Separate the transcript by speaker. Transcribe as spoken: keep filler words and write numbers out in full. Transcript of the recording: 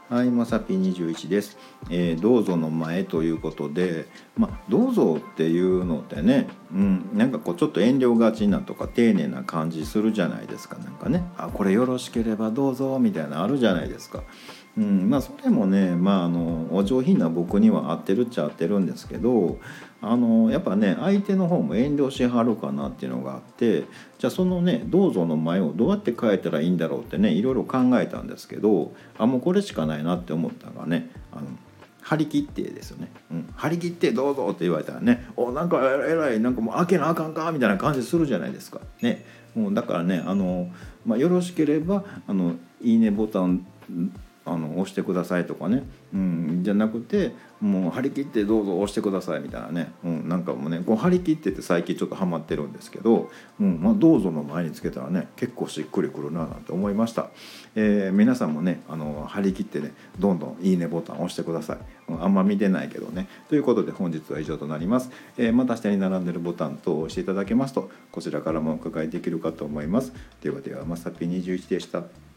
Speaker 1: はい、まさぴにじゅういちです、えー、どうぞの前ということで、まあ、どうぞっていうのってね、うん、なんかこうちょっと遠慮がちなとか丁寧な感じするじゃないですか。なんかね、あ、これよろしければどうぞみたいなのあるじゃないですか。うん、まあそれもね、まあ、あのお上品な僕には合ってるっちゃ合ってるんですけど、あのやっぱね相手の方も遠慮しはるかなっていうのがあって、じゃあそのねどうぞの前をどうやって変えたらいいんだろうってねいろいろ考えたんですけど、あもうこれしかないなって思ったのがね、あの張り切ってですよね、うん、張り切ってどうぞって言われたらね、おなんかえらいなんかもう開けなあかんかみたいな感じするじゃないですかね。もうだからねあの、まあ、よろしければあのいいねボタンあの押してくださいとかね、うん、じゃなくてもう張り切ってどうぞ押してくださいみたいなね、うん、なんかもうねこう張り切ってって最近ちょっとハマってるんですけど、うんまあ、どうぞの前につけたらね結構しっくりくるななんて思いました。えー、皆さんもねあの張り切ってねどんどんいいねボタン押してください。うん、あんま見てないけどね。ということで本日は以上となります。えー、また下に並んでるボタン等を押していただけますとこちらからもお伺いできるかと思います。ではではまさぴにじゅういちでした。